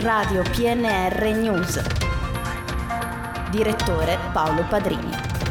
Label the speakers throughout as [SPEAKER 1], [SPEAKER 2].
[SPEAKER 1] Radio PNR News. Direttore Paolo Padrini.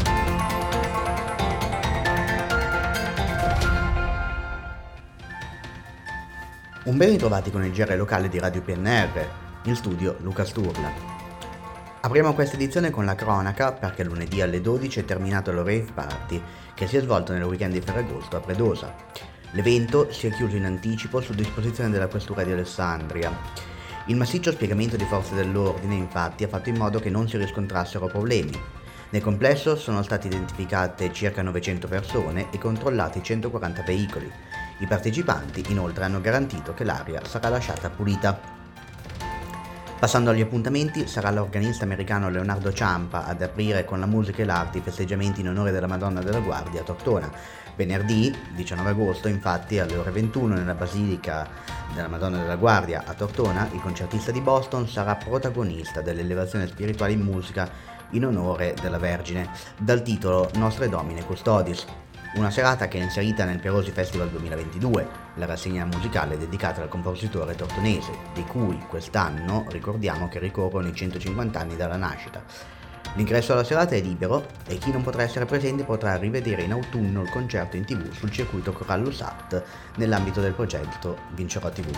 [SPEAKER 2] Un ben ritrovati con il GR locale di Radio PNR, in studio Luca Sturla. Apriamo questa edizione con la cronaca perché lunedì alle 12 è terminato il Rave Party che si è svolto nel weekend di Ferragosto a Predosa. L'evento si è chiuso in anticipo su disposizione della Questura di Alessandria. Il massiccio spiegamento di forze dell'ordine infatti ha fatto in modo che non si riscontrassero problemi. Nel complesso sono state identificate circa 900 persone e controllati 140 veicoli. I partecipanti inoltre hanno garantito che l'area sarà lasciata pulita. Passando agli appuntamenti, sarà l'organista americano Leonardo Ciampa ad aprire con la musica e l'arte i festeggiamenti in onore della Madonna della Guardia a Tortona. Venerdì 19 agosto, infatti, alle ore 21 nella Basilica della Madonna della Guardia a Tortona, il concertista di Boston sarà protagonista dell'elevazione spirituale in musica in onore della Vergine, dal titolo Nostre Domine Custodis. Una serata che è inserita nel Perosi Festival 2022, la rassegna musicale dedicata al compositore tortonese, di cui quest'anno ricordiamo che ricorrono i 150 anni dalla nascita. L'ingresso alla serata è libero e chi non potrà essere presente potrà rivedere in autunno il concerto in TV sul circuito Corallo Sat nell'ambito del progetto Vincerò TV.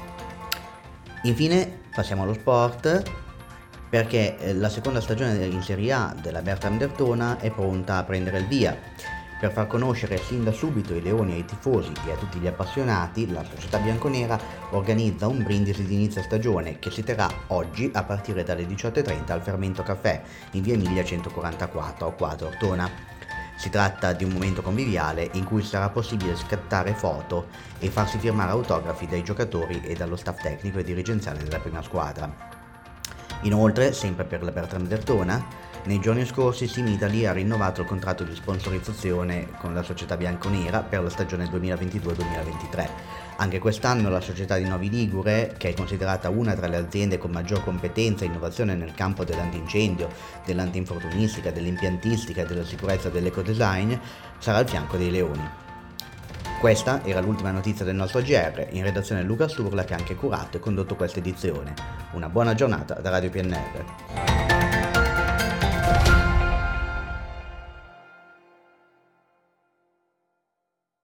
[SPEAKER 2] Infine passiamo allo sport, perché la seconda stagione in Serie A della Bertram Derthona è pronta a prendere il via. Per far conoscere sin da subito i leoni ai tifosi e a tutti gli appassionati, la società bianconera organizza un brindisi di inizio stagione che si terrà oggi a partire dalle 18:30 al Fermento Caffè in via Emilia 144 qua a Tortona. Si tratta di un momento conviviale in cui sarà possibile scattare foto e farsi firmare autografi dai giocatori e dallo staff tecnico e dirigenziale della prima squadra. Inoltre, sempre per la Bertram Derthona, nei giorni scorsi Simitaly ha rinnovato il contratto di sponsorizzazione con la società bianconera per la stagione 2022-2023. Anche quest'anno la società di Novi Ligure, che è considerata una tra le aziende con maggior competenza e innovazione nel campo dell'antincendio, dell'antinfortunistica, dell'impiantistica e della sicurezza dell'ecodesign, sarà al fianco dei leoni. Questa era l'ultima notizia del nostro GR, in redazione Luca Sturla che ha anche curato e condotto questa edizione. Una buona giornata da Radio PNR.